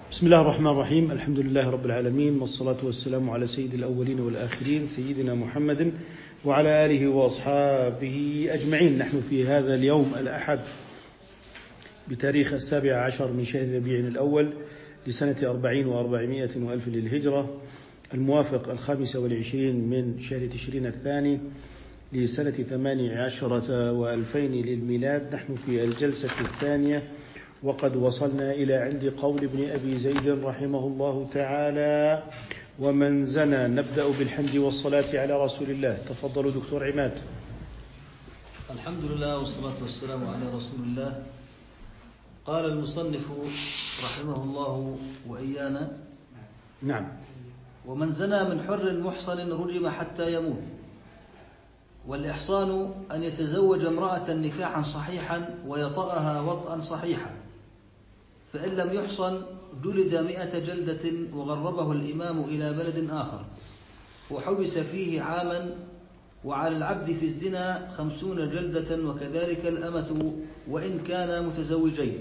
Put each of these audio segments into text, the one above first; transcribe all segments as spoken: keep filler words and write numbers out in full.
بسم الله الرحمن الرحيم. الحمد لله رب العالمين، والصلاة والسلام على سيد الأولين والآخرين سيدنا محمد وعلى آله وأصحابه أجمعين. نحن في هذا اليوم الأحد بتاريخ السابع عشر من شهر ربيع الأول لسنة أربعين وأربعمائة وألف للهجرة، الموافق الخامس والعشرين من شهر تشرين الثاني لسنة ثماني عشرة وألفين للميلاد. نحن في الجلسة الثانية، وقد وصلنا إلى عند قول ابن أبي زيد رحمه الله تعالى: ومن زنى. نبدأ بالحمد والصلاة على رسول الله. تفضلوا دكتور عماد. الحمد لله والصلاة والسلام على رسول الله. قال المصنف رحمه الله وإيانا: نعم. ومن زنى من حر محصن رجم حتى يموت. والإحصان أن يتزوج امرأة نكاحا صحيحا ويطأها وطئا صحيحا، فإن لم يحصن جلد مئة جلدة وغربه الإمام إلى بلد آخر وحبس فيه عاما. وعلى العبد في الزنا خمسون جلدة، وكذلك الأمة وإن كانا متزوجين،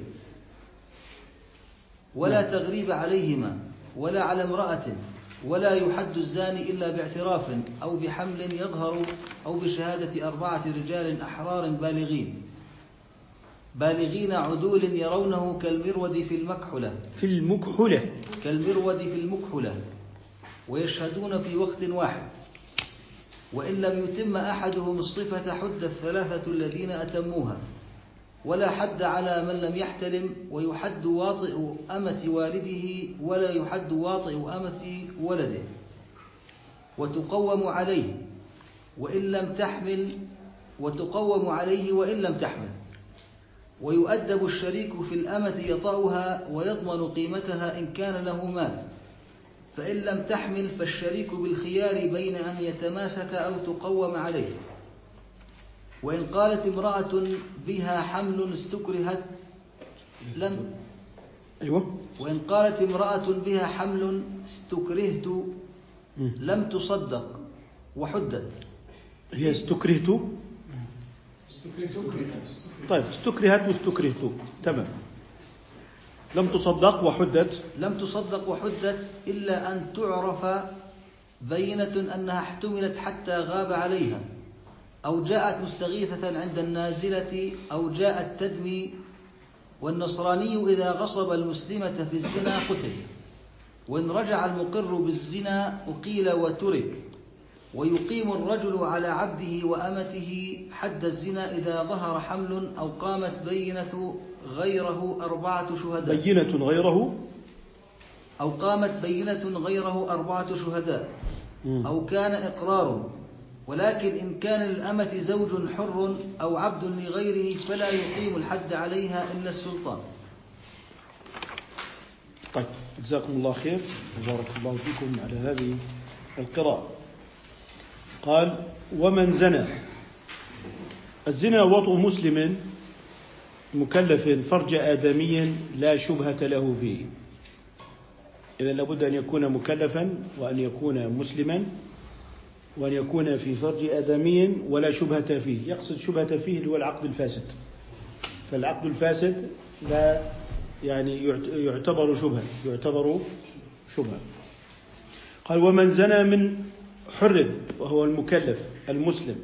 ولا تغريب عليهما ولا على امرأة، ولا يحد الزاني إلا باعتراف أو بحمل يظهر أو بشهادة أربعة رجال أحرار بالغين بالغين عدول يرونه كالمرود في المكحلة في المكحلة كالمرود في المكحلة ويشهدون في وقت واحد. وإن لم يتم أحدهم الصفة حد الثلاثة الذين أتموها، ولا حد على من لم يحتلم، ويحد واطئ أمة والده ولا يحد واطئ أمة ولده، وتقوم عليه وإن لم تحمل وتقوم عليه وإن لم تحمل. ويؤدب الشريك في الأمة يطأها ويضمن قيمتها إن كان له مال، فإن لم تحمل فالشريك بالخيار بين أن يتماسك أو تقوم عليه. وإن قالت امرأة بها حمل استكرهت لم أيوة. وإن قالت امرأة بها حمل استكرهت لم تصدق وحدت. هي استكرهت. طيب، استكرهت واستكرهت، تمام. لم تصدق وحدت. لم تصدق وحدت إلا أن تعرف بينة أنها احتملت حتى غاب عليها، أو جاءت مستغيثة عند النازلة، أو جاءت تدمي. والنصراني إذا غصب المسلمة في الزنا قتل، وإن رجع المقر بالزنا أقيل وترك. ويقيم الرجل على عبده وأمته حد الزنا إذا ظهر حمل أو قامت بينة غيره أربعة شهداء بينة غيره أو قامت بينة غيره أربعة شهداء أو كان إقرار. ولكن إن كان للأمة زوج حر أو عبد لغيره فلا يقيم الحد عليها إلا السلطان. طيب، جزاكم الله خير، وبارك الله فيكم على هذه القراءة. قال: ومن زنى. الزنا وطء مسلم مكلف فرج آدمي لا شبهة له فيه. إذا لابد أن يكون مكلفا، وأن يكون مسلما، وأن يكون في فرج آدمي ولا شبهة فيه. يقصد شبهة فيه اللي هو العقد الفاسد، فالعقد الفاسد لا يعني يعتبر شبهة يعتبر شبهة. قال: ومن زنى من حر، وهو المكلف المسلم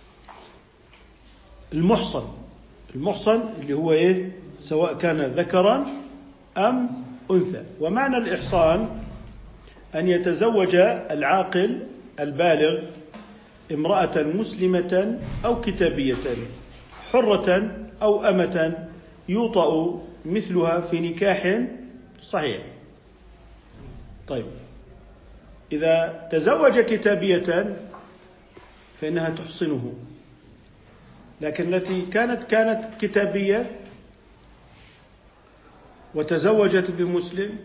المحصن. المحصن اللي هو إيه؟ سواء كان ذكرا أم أنثى. ومعنى الإحصان أن يتزوج العاقل البالغ امرأة مسلمة أو كتابية، حرة أو أمة، يوطأ مثلها في نكاح صحيح. طيب، إذا تزوج كتابية فإنها تحصنه، لكن التي كانت كانت كتابية وتزوجت بمسلم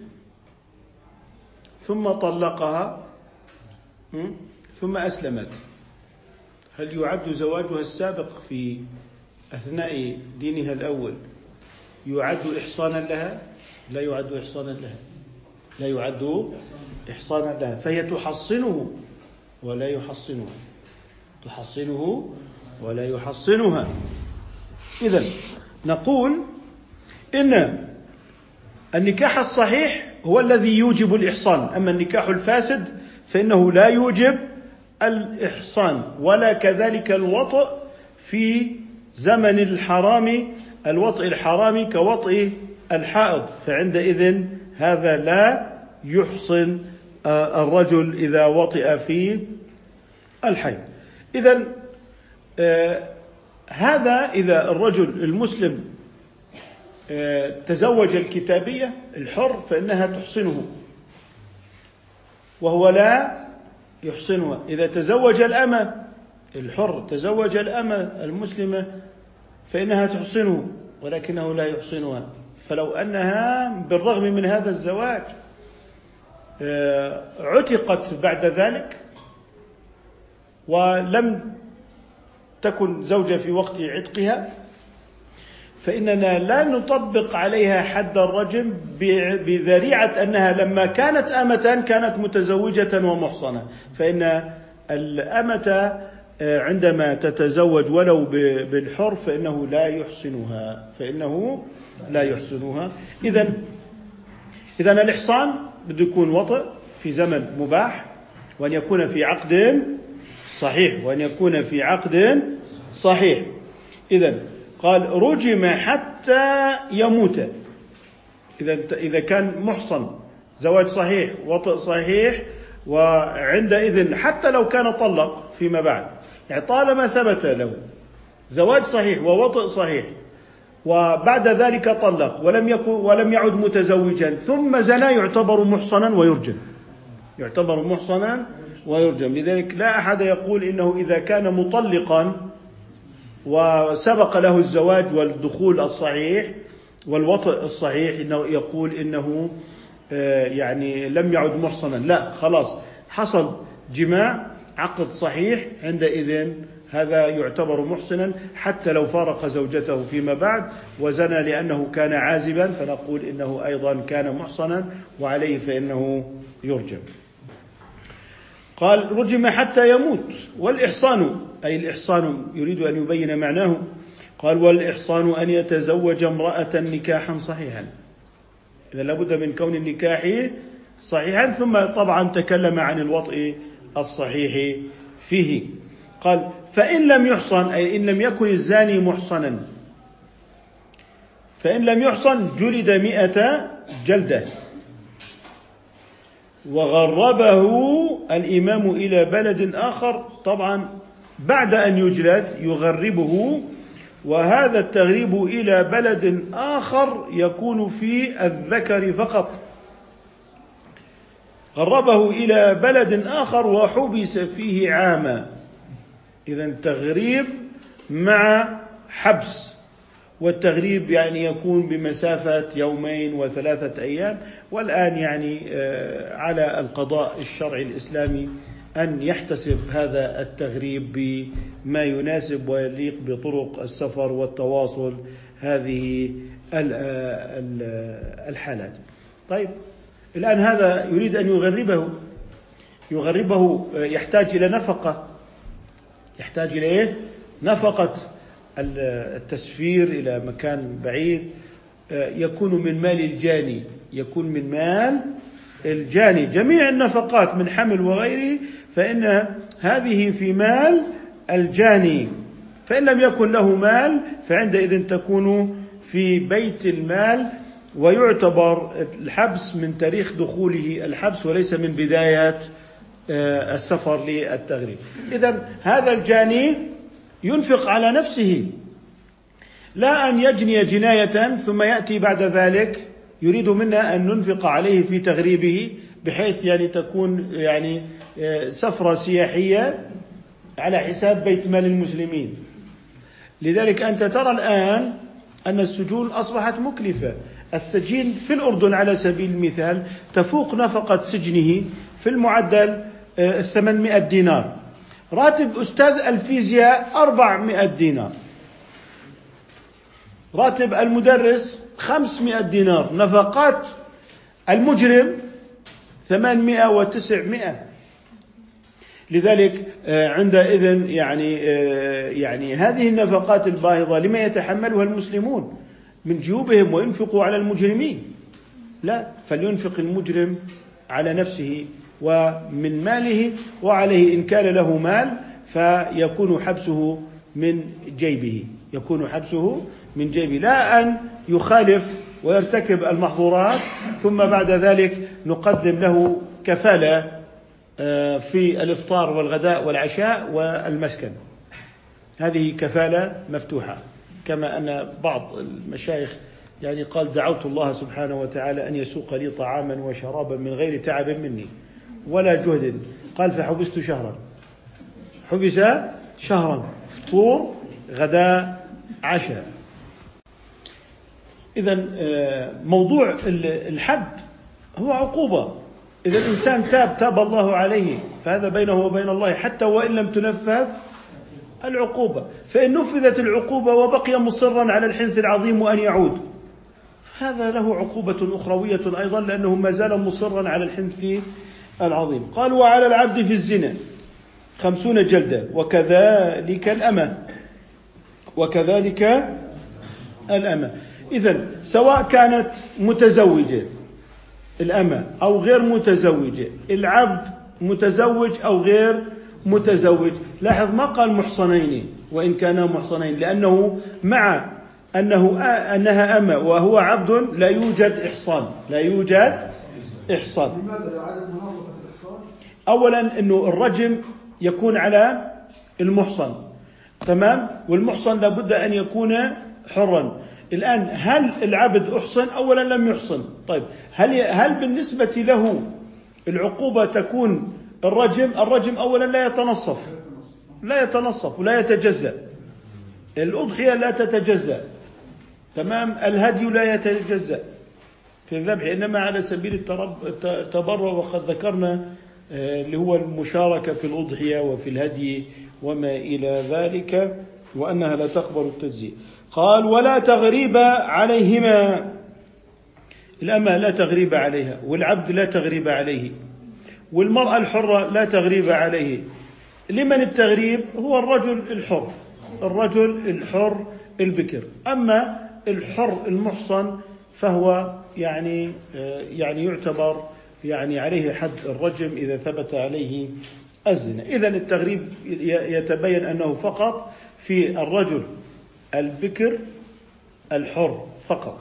ثم طلقها ثم أسلمت، هل يعد زواجها السابق في أثناء دينها الأول يعد إحصانا لها؟ لا يعد إحصانا لها لا يعد إحصانا لها فهي تحصنه ولا يحصنها تحصنه ولا يحصنها. إذن نقول إن النكاح الصحيح هو الذي يوجب الإحصان، أما النكاح الفاسد فإنه لا يوجب الإحصان، ولا كذلك الوطء في زمن الحرام، الوطء الحرام كوطء الحائض، فعندئذ هذا لا يحصن الرجل إذا وطئ في الحيض. إذن هذا إذا الرجل المسلم تزوج الكتابية الحر فإنها تحصنه وهو لا يحصنها. إذا تزوج الأمة الحر تزوج الأمة المسلمة فإنها تحصنه ولكنه لا يحصنها. فلو أنها بالرغم من هذا الزواج عتقت بعد ذلك ولم تكن زوجة في وقت عتقها فإننا لا نطبق عليها حد الرجم بذريعة أنها لما كانت أمة كانت متزوجة ومحصنة، فإن الأمة عندما تتزوج ولو بالحر فإنه لا يحصنها فإنه لا يحصنها. إذن إذن الإحصان بده يكون وطئ في زمن مباح، وأن يكون في عقد صحيح وأن يكون في عقد صحيح. إذن قال رجم حتى يموت. إذا إذا كان محصن زواج صحيح وطئ صحيح، وعندئذ حتى لو كان طلق فيما بعد، يعني طالما ثبت له زواج صحيح ووطئ صحيح وبعد ذلك طلق ولم يكن ولم يعد متزوجا ثم زنا يعتبر محصنا ويرجم، يعتبر محصنا ويرجم. لذلك لا أحد يقول إنه إذا كان مطلقا وسبق له الزواج والدخول الصحيح والوطئ الصحيح إنه يقول إنه يعني لم يعد محصنا. لا، خلاص حصل جماع عقد صحيح، عندئذ هذا يعتبر محصنا حتى لو فارق زوجته فيما بعد وزنى لأنه كان عازبا، فنقول إنه أيضا كان محصنا وعليه فإنه يرجم. قال رجم حتى يموت. والإحصان أي الإحصان يريد أن يبين معناه. قال والإحصان أن يتزوج امرأة نكاحا صحيحا. إذا لابد من كون النكاح صحيحا، ثم طبعا تكلم عن الوطء الصحيح فيه. قال فإن لم يحصن أي إن لم يكن الزاني محصنا، فإن لم يحصن جلد مئة جلدة وغربه الإمام إلى بلد آخر. طبعا بعد أن يجلد يغربه، وهذا التغريب إلى بلد آخر يكون في الذكر فقط. غربه إلى بلد آخر وحبس فيه عاما. إذن تغريب مع حبس، والتغريب يعني يكون بمسافة يومين وثلاثة أيام. والآن يعني على القضاء الشرعي الإسلامي أن يحتسب هذا التغريب بما يناسب ويليق بطرق السفر والتواصل هذه الحالات. طيب الآن هذا يريد أن يغربه يغربه يحتاج إلى نفقة، يحتاج إلى إيه؟ نفقة التسفير إلى مكان بعيد، يكون من مال الجاني، يكون من مال الجاني. جميع النفقات من حمل وغيره فإن هذه في مال الجاني. فإن لم يكن له مال فعندئذ تكون في بيت المال، ويعتبر الحبس من تاريخ دخوله الحبس وليس من بداية السفر للتغريب. إذن هذا الجاني ينفق على نفسه، لا أن يجني جناية ثم يأتي بعد ذلك يريد منا أن ننفق عليه في تغريبه، بحيث يعني تكون يعني سفرة سياحية على حساب بيت مال المسلمين. لذلك أنت ترى الآن أن السجون أصبحت مكلفة. السجين في الأردن على سبيل المثال تفوق نفقة سجنه في المعدل ثمانمائة دينار، راتب أستاذ الفيزياء أربعمائة دينار، راتب المدرس خمسمائة دينار، نفقات المجرم ثمانمائة وتسعمائة. لذلك عندئذ يعني يعني هذه النفقات الباهظة لما يتحملها المسلمون من جيوبهم وينفقوا على المجرمين. لا، فلينفق المجرم على نفسه ومن ماله، وعليه إن كان له مال فيكون حبسه من جيبه، يكون حبسه من جيبه، لا أن يخالف ويرتكب المحظورات ثم بعد ذلك نقدم له كفالة في الإفطار والغداء والعشاء والمسكن. هذه كفالة مفتوحة، كما أن بعض المشايخ يعني قال: دعوت الله سبحانه وتعالى أن يسوق لي طعاما وشرابا من غير تعب مني ولا جهد، قال: فحبست شهرا. حبس شهرا، فطور غداء عشاء. إذن موضوع الحد هو عقوبة. إذا الإنسان تاب تاب الله عليه، فهذا بينه وبين الله حتى وإن لم تنفذ العقوبة. فإن نفذت العقوبة وبقي مصرا على الحنث العظيم وأن يعود، هذا له عقوبة أخروية أيضا، لأنه ما زال مصرا على الحنث العظيم. قال: وعلى العبد في الزنا خمسون جلدة وكذلك الأمة وكذلك الأمة. إذن سواء كانت متزوجة الأمة أو غير متزوجة، العبد متزوج أو غير متزوج، لاحظ ما قال محصنين وإن كانا محصنين، لأنه مع أنه أنها أمة وهو عبد لا يوجد إحصان، لا يوجد إحصان. لماذا لا عدد مناصفة الإحصان؟ أولا أنه الرجم يكون على المحصن، تمام، والمحصن لابد أن يكون حرا. الآن هل العبد أحصن؟ أولا لم يحصن. طيب هل هل بالنسبة له العقوبة تكون الرجم؟ الرجم أولا لا يتنصف، لا يتنصف ولا يتجزأ. الأضحية لا تتجزأ، تمام، الهدي لا يتجزأ في الذبح، إنما على سبيل التبرع، وقد ذكرنا اللي هو المشاركة في الأضحية وفي الهدي وما إلى ذلك، وأنها لا تقبل التجزئة. قال: ولا تغريب عليهما، الأمة لا تغريب عليها، والعبد لا تغريب عليه، والمرأة الحرة لا تغريب عليه. لمن التغريب؟ هو الرجل الحر، الرجل الحر البكر. أما الحر المحصن فهو يعني يعني يعتبر يعني عليه حد الرجم إذا ثبت عليه الزنا. إذن التغريب يتبين أنه فقط في الرجل البكر الحر فقط.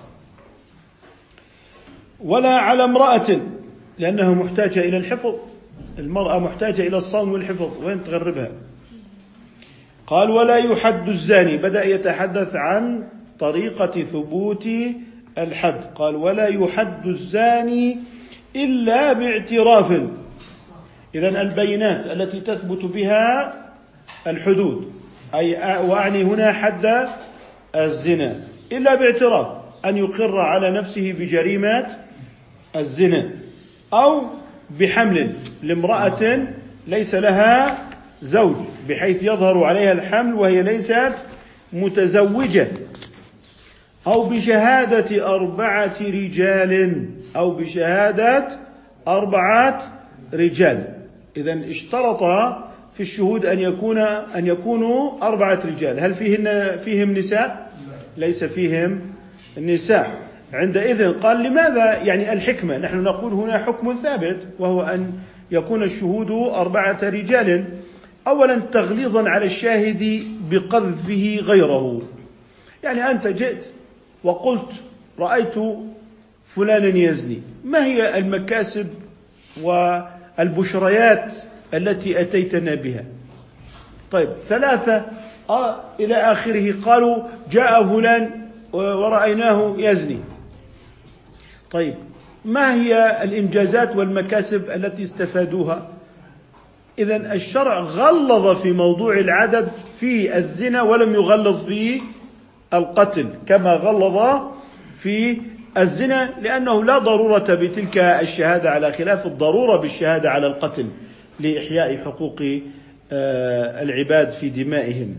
ولا على امرأة، لأنها محتاجة إلى الحفظ، المرأة محتاجة إلى الصوم والحفظ، وين تغربها؟ قال: ولا يحد الزاني، بدأ يتحدث عن طريقة ثبوت الحد. قال: ولا يحد الزاني إلا باعتراف. إذن البينات التي تثبت بها الحدود، أي وأعني هنا حد الزنا، إلا باعتراف، أن يقر على نفسه بجريمة الزنا، أو بحمل لامرأة ليس لها زوج، بحيث يظهر عليها الحمل وهي ليست متزوجة، أو بشهادة أربعة رجال، أو بشهادة أربعة رجال. إذن اشترط في الشهود أن يكون أن يكونوا أربعة رجال. هل فيهن فيهم نساء؟ ليس فيهم النساء. عندئذ قال: لماذا؟ يعني الحكمة، نحن نقول هنا حكم ثابت، وهو أن يكون الشهود أربعة رجال. أولا تغليظا على الشاهد بقذفه غيره، يعني أنت جئت وقلت: رأيت فلانا يزني، ما هي المكاسب والبشريات التي أتيتنا بها؟ طيب ثلاثة آه إلى آخره. قالوا: جاء فلان ورأيناه يزني. طيب ما هي الإنجازات والمكاسب التي استفادوها؟ إذن الشرع غلظ في موضوع العدد في الزنا ولم يغلظ في القتل كما غلظ في الزنا، لأنه لا ضرورة بتلك الشهادة على خلاف الضرورة بالشهادة على القتل لإحياء حقوق العباد في دمائهم.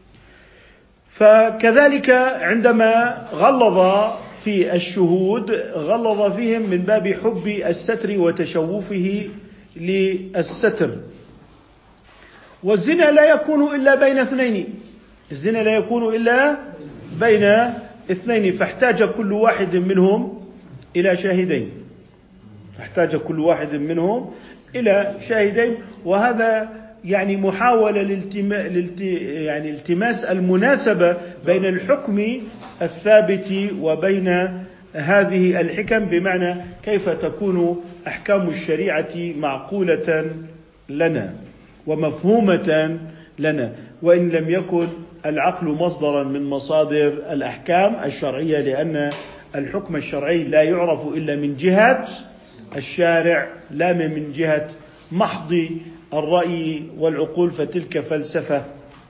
فكذلك عندما غلظ في الشهود غلظ فيهم من باب حب الستر وتشوفه للستر. والزنا لا يكون إلا بين اثنين، الزنا لا يكون إلا بين اثنين، فاحتاج كل واحد منهم إلى شاهدين، احتاج كل واحد منهم إلى شاهدين، وهذا يعني محاولة لالتما... لالت... يعني التماس المناسبة بين الحكم الثابت وبين هذه الحكم، بمعنى كيف تكون أحكام الشريعة معقولة لنا ومفهومة لنا، وإن لم يكن العقل مصدرا من مصادر الأحكام الشرعية، لأن الحكم الشرعي لا يعرف إلا من جهة الشارع لا من جهة محض الرأي والعقول، فتلك فلسفة.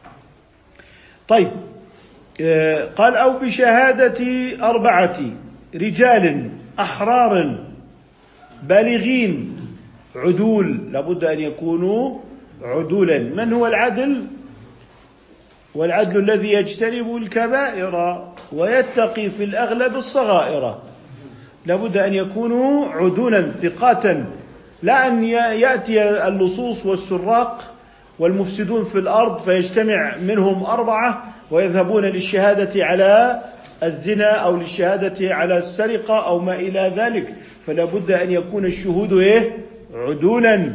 طيب، قال أو بشهادة أربعة رجال أحرار بالغين عدول، لابد أن يكونوا عدولا. من هو العدل؟ والعدل الذي يجتنب الكبائر ويتقي في الأغلب الصغائر. لابد أن يكونوا عدولا ثقاتا، لا أن يأتي اللصوص والسراق والمفسدون في الأرض فيجتمع منهم أربعة ويذهبون للشهادة على الزنا أو للشهادة على السرقة أو ما إلى ذلك. فلا بد أن يكون الشهود إيه؟ عدولا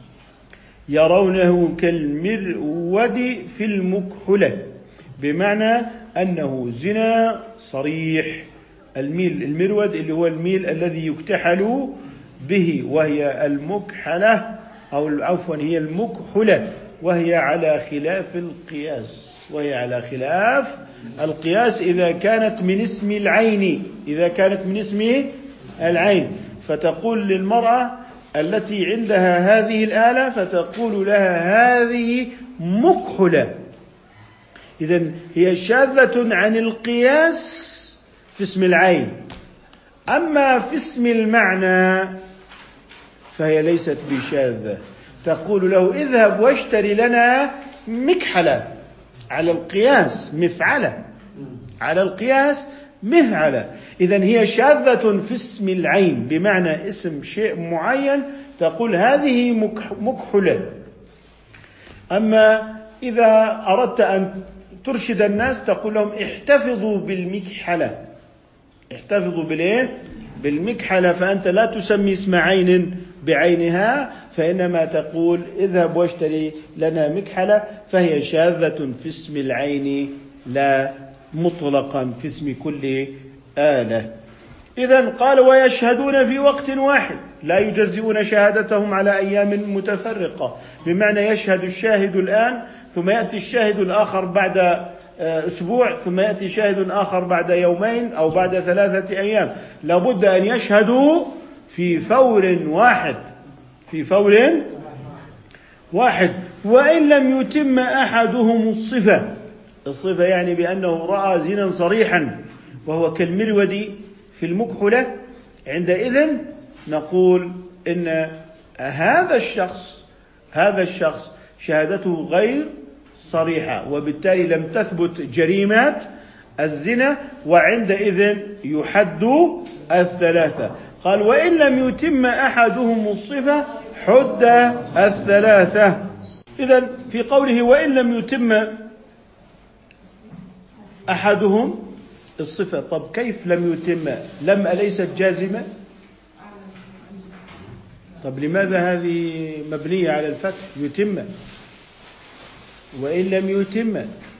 يرونه كالمرود في المكحلة، بمعنى أنه زنا صريح. الميل المرود اللي هو الميل الذي يكتحل به، وهي المكحلة أو عفوا هي المكحلة، وهي على خلاف القياس وهي على خلاف القياس إذا كانت من اسم العين إذا كانت من اسم العين فتقول للمرأة التي عندها هذه الآلة، فتقول لها هذه مكحلة. إذن هي شاذة عن القياس في اسم العين، أما في اسم المعنى فهي ليست بشاذة. تقول له اذهب واشتري لنا مكحلة، على القياس مفعلة، على القياس مفعلة. إذن هي شاذة في اسم العين، بمعنى اسم شيء معين تقول هذه مكحلة. أما إذا أردت أن ترشد الناس تقول لهم احتفظوا بالمكحلة، احتفظوا بالإيه؟ بالمكحلة. فأنت لا تسمي اسم عين بعينها، فإنما تقول اذهب واشتري لنا مكحلة، فهي شاذة في اسم العين لا مطلقا في اسم كل آلة. إذن قال ويشهدون في وقت واحد، لا يجزئون شهادتهم على أيام متفرقة، بمعنى يشهد الشاهد الآن ثم يأتي الشاهد الآخر بعد أسبوع ثم يأتي شاهد آخر بعد يومين أو بعد ثلاثة أيام. لابد أن يشهدوا في فور واحد في فور واحد وإن لم يتم أحدهم الصفة. الصفة يعني بأنه رأى زنا صريحا وهو كالمرود في المكحلة، عندئذ نقول إن هذا الشخص هذا الشخص شهادته غير صريحة، وبالتالي لم تثبت جريمة الزنا، وعندئذ يحد الثلاثة. قال وإن لم يتم أحدهم الصفة حد الثلاثة. إذن في قوله وإن لم يتم أحدهم الصفة، طب كيف لم يتم؟ لم أليست جازمة؟ طب لماذا هذه مبنية على الفتح؟ يتم وإن لم يتم،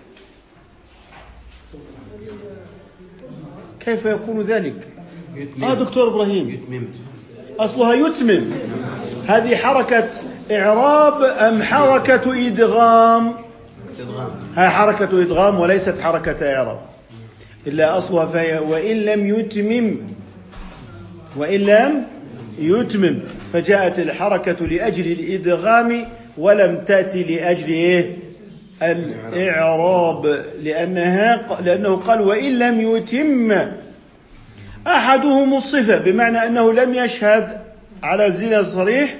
كيف يكون ذلك؟ آه دكتور إبراهيم يتمم. أصلها يتمم. هذه حركة إعراب أم حركة إدغام؟ هي حركة إدغام وليست حركة إعراب، إلا أصلها فهي وإن لم يتمم وإن لم يتمم، فجاءت الحركة لأجل الإدغام ولم تأتي لأجل إيه؟ الإعراب، لأنها لأنه قال وإن لم يتم أحدهم الصفة، بمعنى أنه لم يشهد على الزنا الصريح،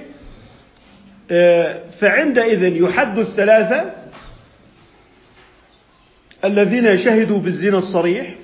فعندئذ يحد الثلاثة الذين شهدوا بالزنا الصريح،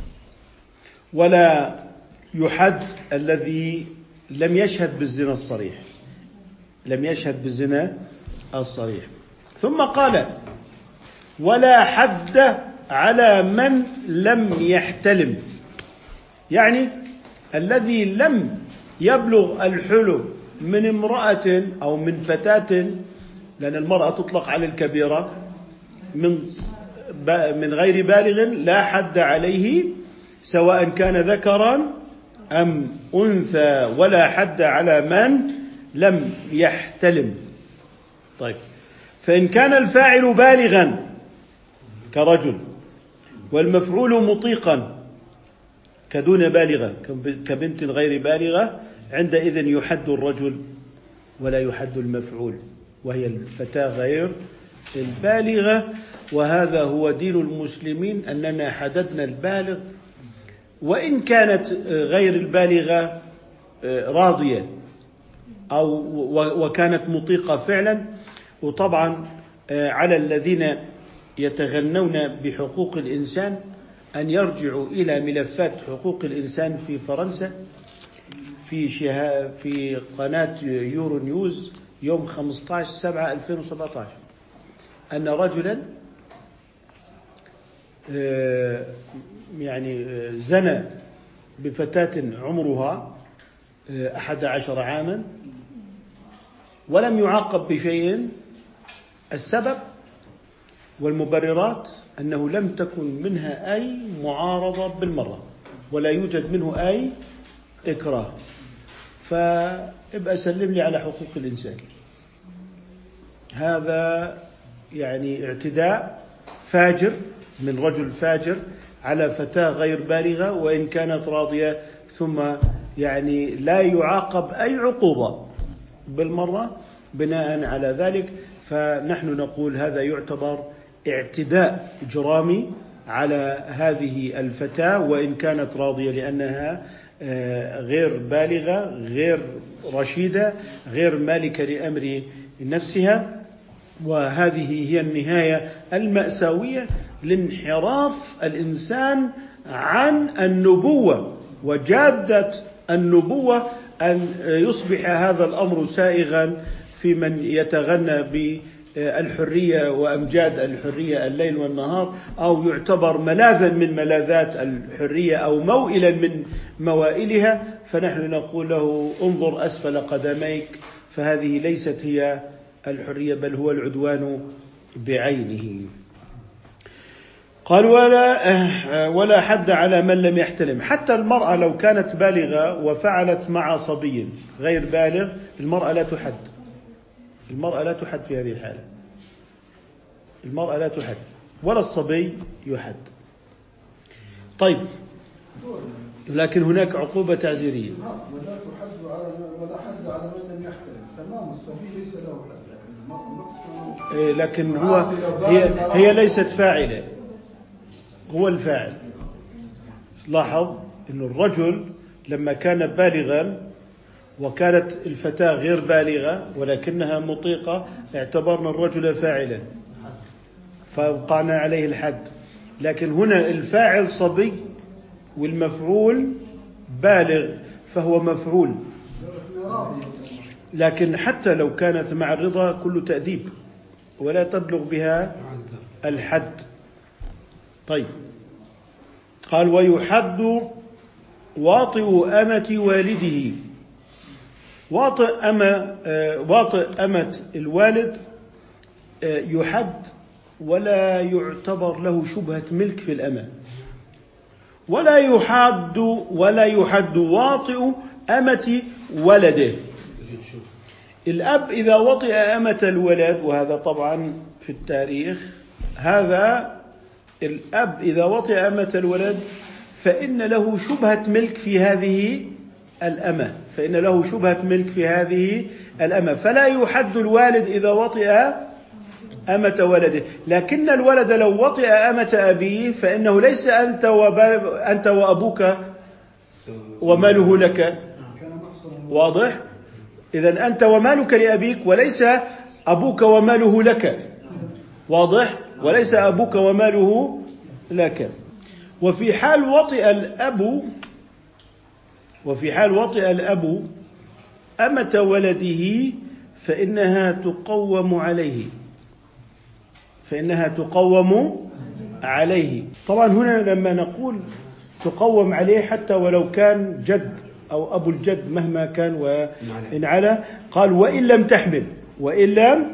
ولا يحد الذي لم يشهد بالزنا الصريح لم يشهد بالزنا الصريح. ثم قال ولا حد على من لم يحتلم، يعني الذي لم يبلغ الحلم من امرأة أو من فتاة، لأن المرأة تطلق على الكبيرة، من من غير بالغ لا حد عليه سواء كان ذكرا أم أنثى، ولا حد على من لم يحتلم. طيب، فإن كان الفاعل بالغا كرجل والمفعول مطيقا كدون بالغة كبنت غير بالغة، عندئذ يحد الرجل ولا يحد المفعول، وهي الفتاة غير البالغة. وهذا هو دين المسلمين، أننا حددنا البالغ وإن كانت غير البالغة راضية أو وكانت مطيقة فعلا. وطبعا على الذين يتغنون بحقوق الإنسان أن يرجعوا إلى ملفات حقوق الإنسان في فرنسا في شها في قناة يورو نيوز يوم خمسة عشر سبعة ألفين وسبعة عشر، أن رجلا يعني زنى بفتاة عمرها أحد عشر عاما ولم يعاقب بشيء. السبب والمبررات أنه لم تكن منها أي معارضة بالمرة ولا يوجد منه أي إكراه. فابقى سلم لي على حقوق الإنسان. هذا يعني اعتداء فاجر من رجل فاجر على فتاة غير بالغة وإن كانت راضية، ثم يعني لا يعاقب أي عقوبة بالمرة بناء على ذلك. فنحن نقول هذا يعتبر اعتداء إجرامي على هذه الفتاة وإن كانت راضية، لأنها غير بالغة غير رشيدة غير مالكة لأمر نفسها. وهذه هي النهاية المأساوية لانحراف الإنسان عن النبوة وجادة النبوة، أن يصبح هذا الأمر سائغا في من يتغنى بالحرية وأمجاد الحرية الليل والنهار، أو يعتبر ملاذا من ملاذات الحرية أو موئلا من موائلها. فنحن نقول له انظر أسفل قدميك، فهذه ليست هي الحرية بل هو العدوان بعينه. قال ولا ولا حد على من لم يحتلم. حتى المرأة لو كانت بالغة وفعلت مع صبي غير بالغ، المرأة لا تحد. المرأة لا تحد في هذه الحالة. المرأة لا تحد ولا الصبي يحد. طيب، لكن هناك عقوبة تعزيرية. ولا تحد على ولا حد على من لم يحتلم. تمام، الصبي ليس له حد، لكن المرأة لكن هو هي هي ليست فاعلة، هو الفاعل. لاحظ أن الرجل لما كان بالغا وكانت الفتاة غير بالغة ولكنها مطيقة، اعتبرنا الرجل فاعلا فوقعنا عليه الحد. لكن هنا الفاعل صبي والمفعول بالغ، فهو مفعول. لكن حتى لو كانت مع الرضا كل تأديب ولا تبلغ بها الحد. طيب، قال ويحد واطئ أمة والده. واطئ أمة واطئ أمة الوالد يحد ولا يعتبر له شبهة ملك في الأمة، ولا يحد ولا يحد واطئ أمة ولده. الأب إذا وطئ أمة الولد، وهذا طبعا في التاريخ، هذا الأب إذا وطئ أمة الولد فإن له شبهة ملك في هذه الأمة، فإن له شبهة ملك في هذه الأمة، فلا يحد الوالد إذا وطئ أمة ولده. لكن الولد لو وطئ أمة أبيه فإنه ليس أنت أنت وأبوك وماله لك. واضح؟ إذن أنت ومالك لأبيك وليس أبوك وماله لك. واضح؟ وليس أبوك وماله لك. وفي حال وطئ الأب وفي حال وطئ الأب أمة ولده فإنها تقوم عليه فإنها تقوم عليه. طبعا هنا لما نقول تقوم عليه حتى ولو كان جد أو أبو الجد مهما كان وإن على. قال وإن لم تحمل، وإن لم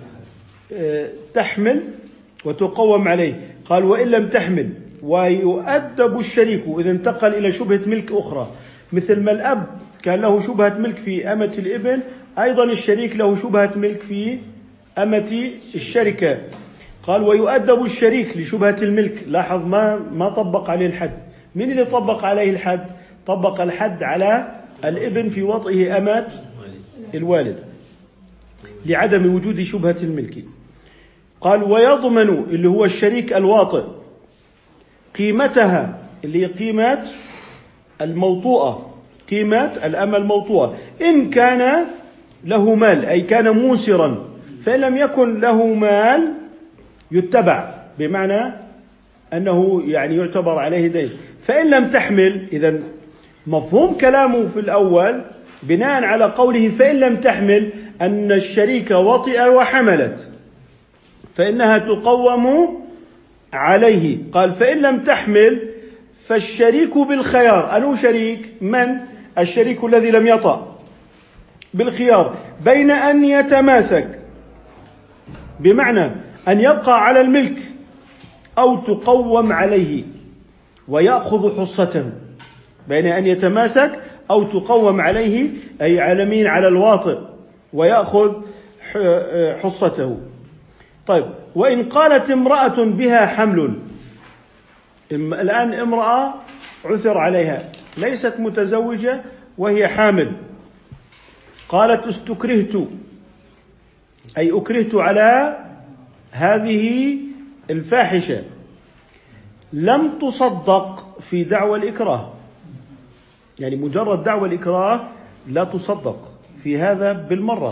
تحمل وتقوم عليه. قال وإن لم تحمل ويؤدب الشريك إذا انتقل إلى شبهة ملك أخرى، مثل ما الأب كان له شبهة ملك في أمة الابن، أيضا الشريك له شبهة ملك في أمة الشركة. قال ويؤدب الشريك لشبهة الملك. لاحظ ما ما طبق عليه الحد. من اللي طبق عليه الحد؟ طبق الحد على الابن في وطئه أمة الوالد لعدم وجود شبهة الملك. قال ويضمن اللي هو الشريك الواطئ قيمتها اللي هي قيمة الموطوءة، قيمة الأمة الموطوءة إن كان له مال، أي كان موسرا. فإن لم يكن له مال يتبع، بمعنى أنه يعني يعتبر عليه دين. فإن لم تحمل، إذن مفهوم كلامه في الأول بناء على قوله فإن لم تحمل أن الشريك وطئ وحملت فإنها تقوم عليه. قال فإن لم تحمل فالشريك بالخيار. أنه شريك من؟ الشريك الذي لم يطأ بالخيار بين أن يتماسك، بمعنى أن يبقى على الملك أو تقوم عليه ويأخذ حصته، بين أن يتماسك أو تقوم عليه، أي على مين؟ على الواطئ، ويأخذ حصته. طيب وإن قالت امرأة بها حمل، الآن امرأة عثر عليها ليست متزوجة وهي حامل، قالت استكرهت، أي أكرهت على هذه الفاحشة، لم تصدق في دعوى الإكراه. يعني مجرد دعوى الإكراه لا تصدق في هذا بالمرة،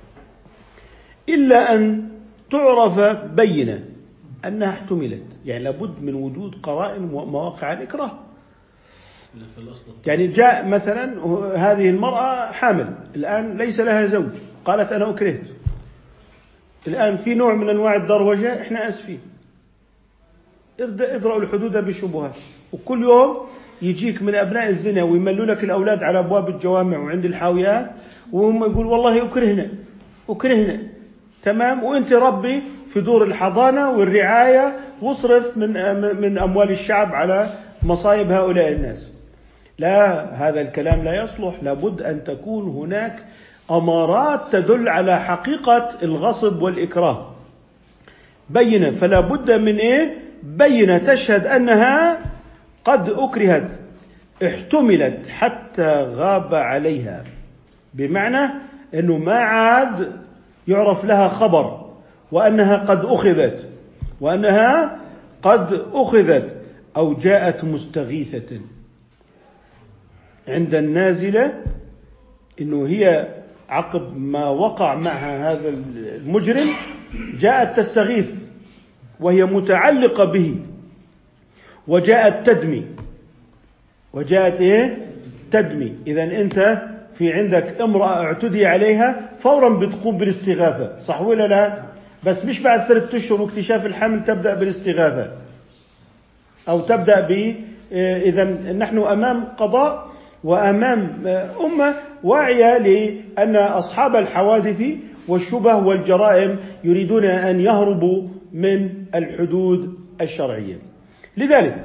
إلا أن تعرف بينة أنها احتملت. يعني لابد من وجود قرائن مواقع الإكراه. يعني جاء مثلا هذه المرأة حامل الآن ليس لها زوج، قالت أنا أكرهت. الآن في نوع من أنواع الدروجة، إحنا أسفين، ادرأوا الحدود بالشبهات. وكل يوم يجيك من أبناء الزنا ويملوا لك الأولاد على أبواب الجوامع وعند الحاويات، وهم يقول والله أكرهنا أكرهنا تمام، وأنت ربي في دور الحضانة والرعاية واصرف من من أموال الشعب على مصايب هؤلاء الناس. لا، هذا الكلام لا يصلح. لابد أن تكون هناك أمارات تدل على حقيقة الغصب والإكراه، بينة. فلا بد من إيه؟ بينة تشهد أنها قد أكرهت، احتملت حتى غاب عليها، بمعنى أنه ما عاد يعرف لها خبر، وأنها قد أخذت وأنها قد أخذت أو جاءت مستغيثة عند النازلة، إنه هي عقب ما وقع معها هذا المجرم جاءت تستغيث وهي متعلقة به، وجاءت تدمي وجاءت إيه؟ تدمي. إذن أنت في عندك امرأة اعتدي عليها فورا بتقوم بالاستغاثة، صح ولا لا؟ بس مش بعد ثلاثة أشهر واكتشاف الحمل تبدأ بالاستغاثة أو تبدأ ب إذن نحن أمام قضاء وأمام أمة واعية لأن أصحاب الحوادث والشبه والجرائم يريدون أن يهربوا من الحدود الشرعية. لذلك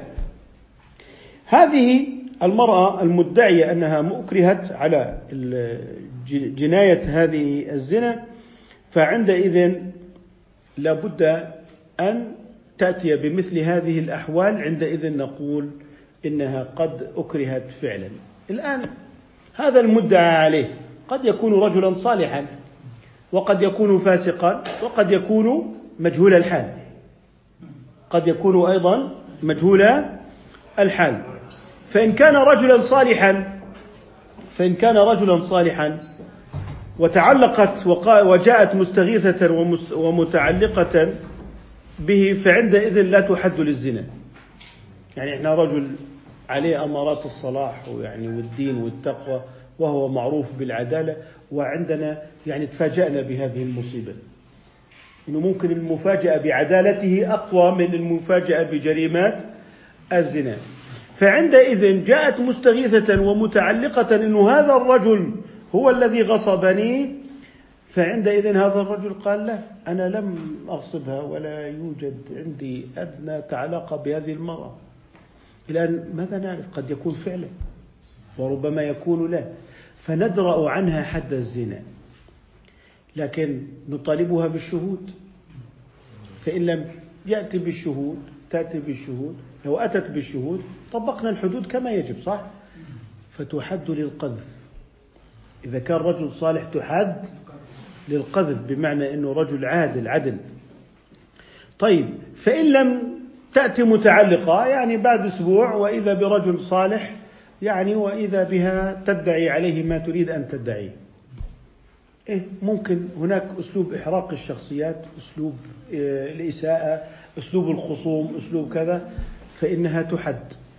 هذه المرأة المدعية أنها مكرهت على جناية هذه الزنا، فعندئذ لابد أن تأتي بمثل هذه الأحوال، عندئذ نقول إنها قد أكرهت فعلا. الآن هذا المدعى عليه قد يكون رجلا صالحا، وقد يكون فاسقا، وقد يكون مجهول الحال، قد يكون أيضا مجهول الحال. فإن كان رجلا صالحا فإن كان رجلا صالحا وتعلقت وجاءت مستغيثة ومتعلقة به، فعندئذ لا تحد للزنا. يعني احنا رجل عليه أمارات الصلاح ويعني والدين والتقوى وهو معروف بالعدالة، وعندنا يعني تفاجأنا بهذه المصيبة، إنه ممكن المفاجأة بعدالته أقوى من المفاجأة بجريمات الزنا. فعندئذ جاءت مستغيثة ومتعلقة أنه هذا الرجل هو الذي غصبني، فعندئذ هذا الرجل قال له أنا لم أغصبها ولا يوجد عندي أدنى علاقة بهذه المرأة. الآن ماذا نعرف؟ قد يكون فعلا وربما يكون لا، فندرأ عنها حد الزنا، لكن نطالبها بالشهود. فإن لم يأتي بالشهود تأتي بالشهود، لو أتت بالشهود طبقنا الحدود كما يجب، صح؟ فتحد للقذف. إذا كان رجل صالح تحد للقذف، بمعنى أنه رجل عادل عدل. طيب، فإن لم تأتي متعلقة، يعني بعد أسبوع وإذا برجل صالح، يعني وإذا بها تدعي عليه ما تريد أن تدعي، إيه ممكن هناك أسلوب إحراق الشخصيات، أسلوب الإساءة، أسلوب الخصوم، أسلوب كذا، فإنها تحد.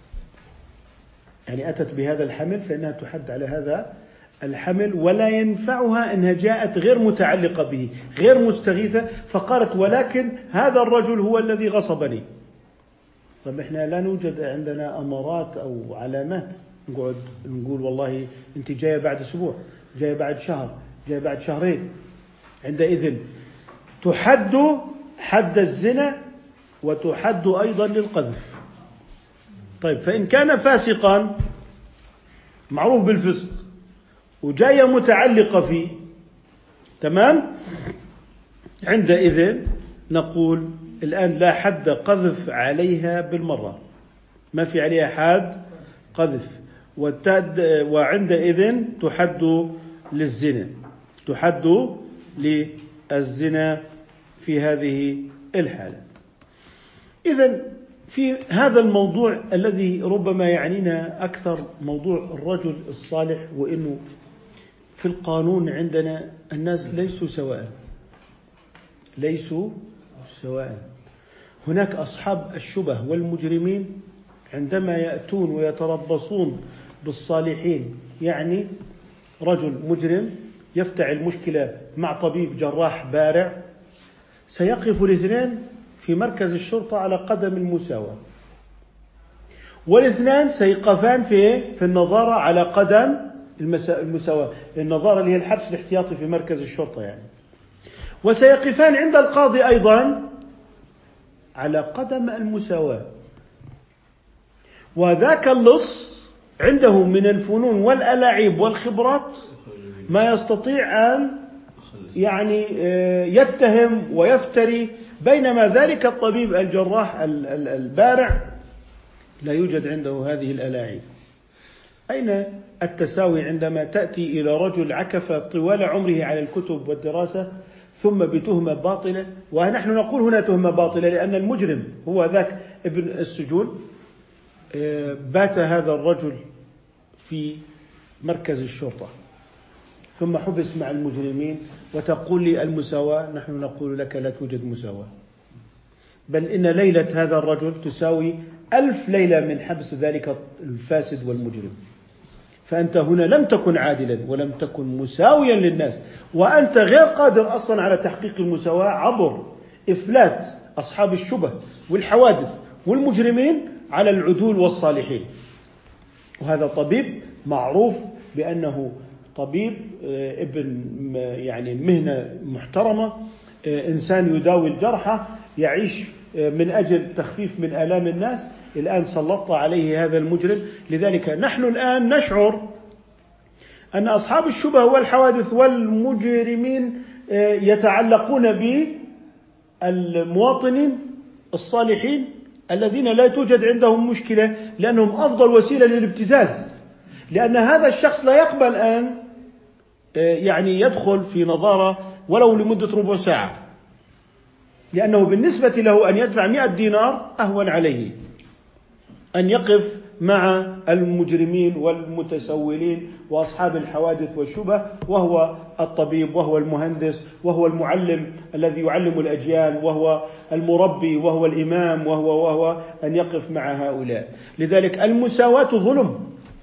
يعني أتت بهذا الحمل فإنها تحد على هذا الحمل، ولا ينفعها أنها جاءت غير متعلقة به، غير مستغيثة، فقالت ولكن هذا الرجل هو الذي غصبني. طب إحنا لا نوجد عندنا أمارات أو علامات نقعد نقول والله أنت جاية بعد أسبوع، جاية بعد شهر، جاية بعد شهرين. عندئذ تحد حد الزنا وتحد أيضا للقذف. طيب، فإن كان فاسقا معروف بالفسق وجاية متعلقة فيه، تمام، عندئذ نقول الآن لا حد قذف عليها بالمرة، ما في عليها حد قذف، وعندئذ تحد للزنا، تحد للزنا في هذه الحالة. إذن في هذا الموضوع الذي ربما يعنينا أكثر، موضوع الرجل الصالح، وإنه في القانون عندنا الناس ليسوا سواء، ليسوا سواء. هناك أصحاب الشبه والمجرمين عندما يأتون ويتربصون بالصالحين، يعني رجل مجرم يفتعل مشكلة مع طبيب جراح بارع، سيقف الاثنين في مركز الشرطة على قدم المساواة، والاثنان سيقفان في في النظارة على قدم المساواة، النظارة اللي هي الحبس الاحتياطي في مركز الشرطة يعني، وسيقفان عند القاضي أيضا على قدم المساواة. وذاك اللص عنده من الفنون والألاعيب والخبرات ما يستطيع أن يعني يتهم ويفتري، بينما ذلك الطبيب الجراح البارع لا يوجد عنده هذه الألاعيب. أين التساوي عندما تأتي إلى رجل عكف طوال عمره على الكتب والدراسة ثم بتهمة باطلة؟ ونحن نقول هنا تهمة باطلة لأن المجرم هو ذاك ابن السجون. بات هذا الرجل في مركز الشرطة ثم حبس مع المجرمين، وتقول لي المساواة. نحن نقول لك لا توجد مساواة، بل إن ليلة هذا الرجل تساوي ألف ليلة من حبس ذلك الفاسد والمجرم. فأنت هنا لم تكن عادلا ولم تكن مساويا للناس، وأنت غير قادر أصلا على تحقيق المساواة عبر إفلات أصحاب الشبه والحوادث والمجرمين على العدول والصالحين. وهذا طبيب معروف بأنه طبيب ابن يعني مهنة محترمة، إنسان يداوي الجرحى، يعيش من أجل تخفيف من آلام الناس. الآن سلط عليه هذا المجرم. لذلك نحن الآن نشعر أن أصحاب الشبه والحوادث والمجرمين يتعلقون بالمواطنين الصالحين الذين لا توجد عندهم مشكلة، لأنهم أفضل وسيلة للابتزاز، لأن هذا الشخص لا يقبل أن يعني يدخل في نظارة ولو لمدة ربع ساعة، لأنه بالنسبة له أن يدفع مئة دينار أهون عليه أن يقف مع المجرمين والمتسولين وأصحاب الحوادث والشبه، وهو الطبيب وهو المهندس وهو المعلم الذي يعلم الأجيال وهو المربي وهو الإمام وهو وهو أن يقف مع هؤلاء. لذلك المساواة ظلم.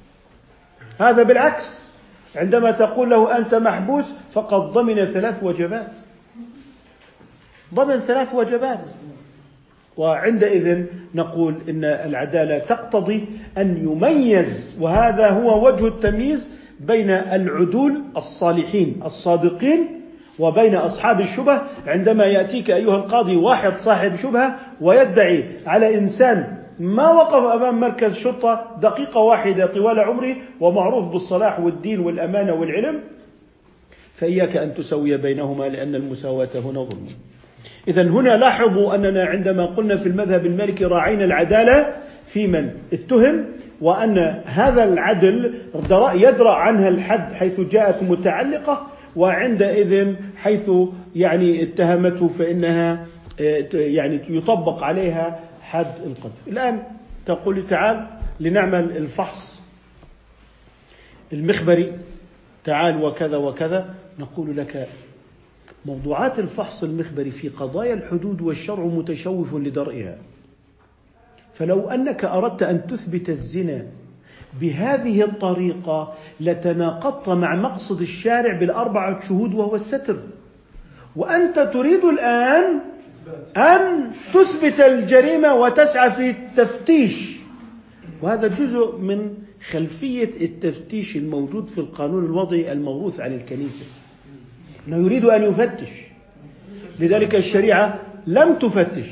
هذا بالعكس، عندما تقول له أنت محبوس فقد ضمن ثلاث وجبات، ضمن ثلاث وجبات. وعندئذ نقول إن العدالة تقتضي أن يميز، وهذا هو وجه التمييز بين العدول الصالحين الصادقين وبين أصحاب الشبه. عندما يأتيك أيها القاضي واحد صاحب شبهة ويدعي على إنسان ما وقف أمام مركز شرطة دقيقة واحدة طوال عمره ومعروف بالصلاح والدين والأمانة والعلم، فإياك أن تسوي بينهما، لأن المساواة هنا ظلم. إذن هنا لاحظوا أننا عندما قلنا في المذهب المالكي راعينا العدالة في من اتهم، وأن هذا العدل يدرأ عنها الحد حيث جاءت متعلقة، وعندئذ حيث يعني اتهمته فإنها يعني يطبق عليها حد القذف. الآن تقول تعال لنعمل الفحص المخبري، تعال وكذا وكذا. نقول لك موضوعات الفحص المخبري في قضايا الحدود والشرع متشوف لدرئها، فلو أنك أردت أن تثبت الزنا بهذه الطريقة لتناقضت مع مقصد الشارع بالأربعة شهود وهو الستر، وأنت تريد الآن أن تثبت الجريمة وتسعى في التفتيش، وهذا جزء من خلفية التفتيش الموجود في القانون الوضعي الموروث عن الكنيسة، أنه يريد أن يفتش. لذلك الشريعة لم تفتش،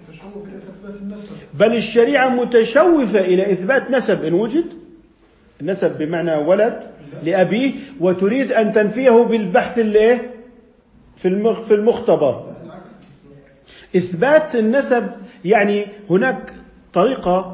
بل الشريعة متشوفة إلى إثبات نسب إن وجد، النسب بمعنى ولد لأبيه، وتريد أن تنفيه بالبحث اللي في المختبر. إثبات النسب يعني هناك طريقة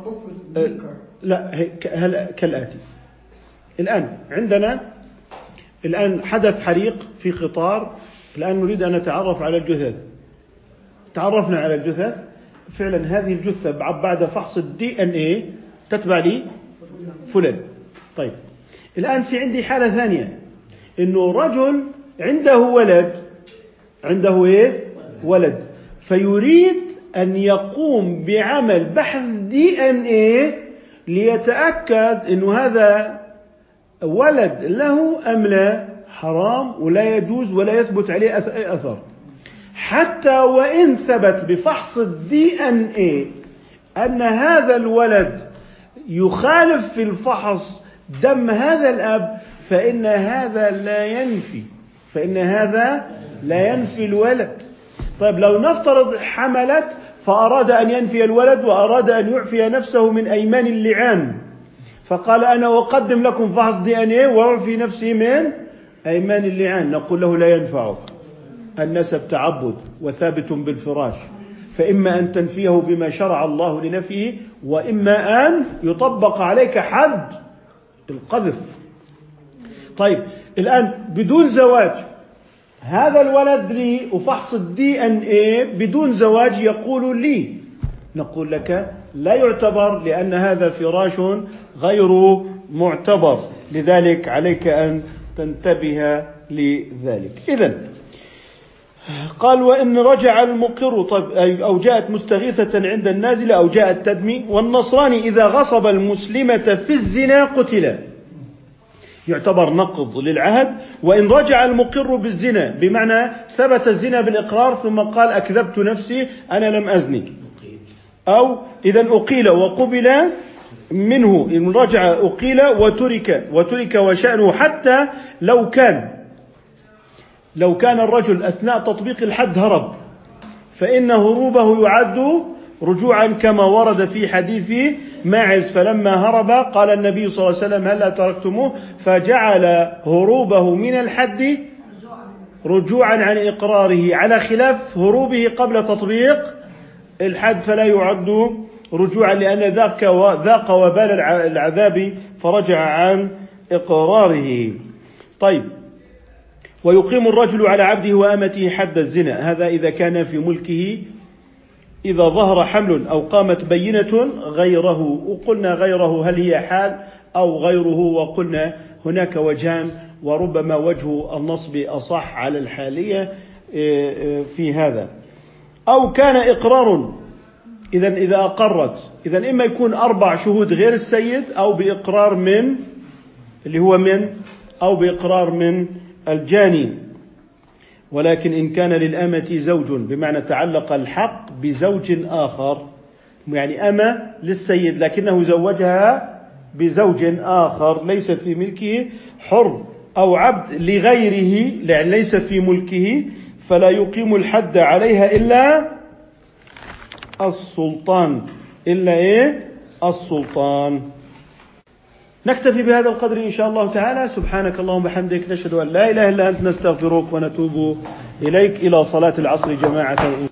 لا كالآتي. الآن عندنا الآن حدث حريق في قطار، الآن نريد أن نتعرف على الجثث. تعرفنا على الجثث، فعلا هذه الجثة بعد فحص الدي ان ايه تتبع لي فلان. طيب الآن في عندي حالة ثانية، إنه رجل عنده ولد، عنده ايه ولد، فيريد أن يقوم بعمل بحث دي ان ايه ليتأكد إنه هذا ولد له أم لا، حرام ولا يجوز ولا يثبت عليه أثر. حتى وإن ثبت بفحص الدي ان ايه أن هذا الولد يخالف في الفحص دم هذا الأب، فإن هذا لا ينفي فإن هذا لا ينفي الولد. طيب لو نفترض حملت فأراد أن ينفي الولد وأراد أن يعفي نفسه من أيمان اللعان، فقال أنا أقدم لكم فحص دي ان ايه وأعفي نفسي من أيمان اللعان، نقول له لا ينفعك، النسب تعبد وثابت بالفراش، فإما أن تنفيه بما شرع الله لنفيه، وإما أن يطبق عليك حد القذف. طيب الآن بدون زواج هذا الولد لي وفحص الدي ان ايه بدون زواج يقول لي، نقول لك لا يعتبر، لأن هذا فراش غير معتبر، لذلك عليك أن تنتبه لذلك. إذن قال وإن رجع المقر طيب أو جاءت مستغيثة عند النازلة أو جاءت تدمي. والنصراني إذا غصب المسلمة في الزنا قتل، يعتبر نقض للعهد. وإن رجع المقر بالزنا بمعنى ثبت الزنا بالإقرار ثم قال أكذبت نفسي أنا لم أزني، أو إذن أقيل وقبل منه، إن رجع أقيل وترك وترك وشأنه، حتى لو كان لو كان الرجل أثناء تطبيق الحد هرب، فإن هروبه يعد رجوعا كما ورد في حديث ماعز، فلما هرب قال النبي صلى الله عليه وسلم هلا تركتموه، فجعل هروبه من الحد رجوعا عن إقراره، على خلاف هروبه قبل تطبيق الحد فلا يعد رجوعا، لأن ذاك ذاق وبال العذاب فرجع عن إقراره. طيب ويقيم الرجل على عبده وأمته حد الزنا، هذا إذا كان في ملكه، إذا ظهر حمل أو قامت بينة غيره. وقلنا غيره هل هي حال أو غيره، وقلنا هناك وجهان، وربما وجه النصب أصح على الحالية في هذا. أو كان إقرار، إذن إذا أقرت، إذن إما يكون أربع شهود غير السيد، أو بإقرار من اللي هو من أو بإقرار من الجاني. ولكن إن كان للأمة زوج بمعنى تعلق الحق بزوج آخر، يعني أمة للسيد لكنه زوجها بزوج آخر ليس في ملكه، حر أو عبد لغيره يعني ليس في ملكه، فلا يقيم الحد عليها إلا السلطان إلا إيه؟ السلطان. نكتفي بهذا القدر إن شاء الله تعالى. سبحانك اللهم وبحمدك، نشهد أن لا إله إلا أنت، نستغفرك ونتوب إليك. إلى صلاة العصر جماعة.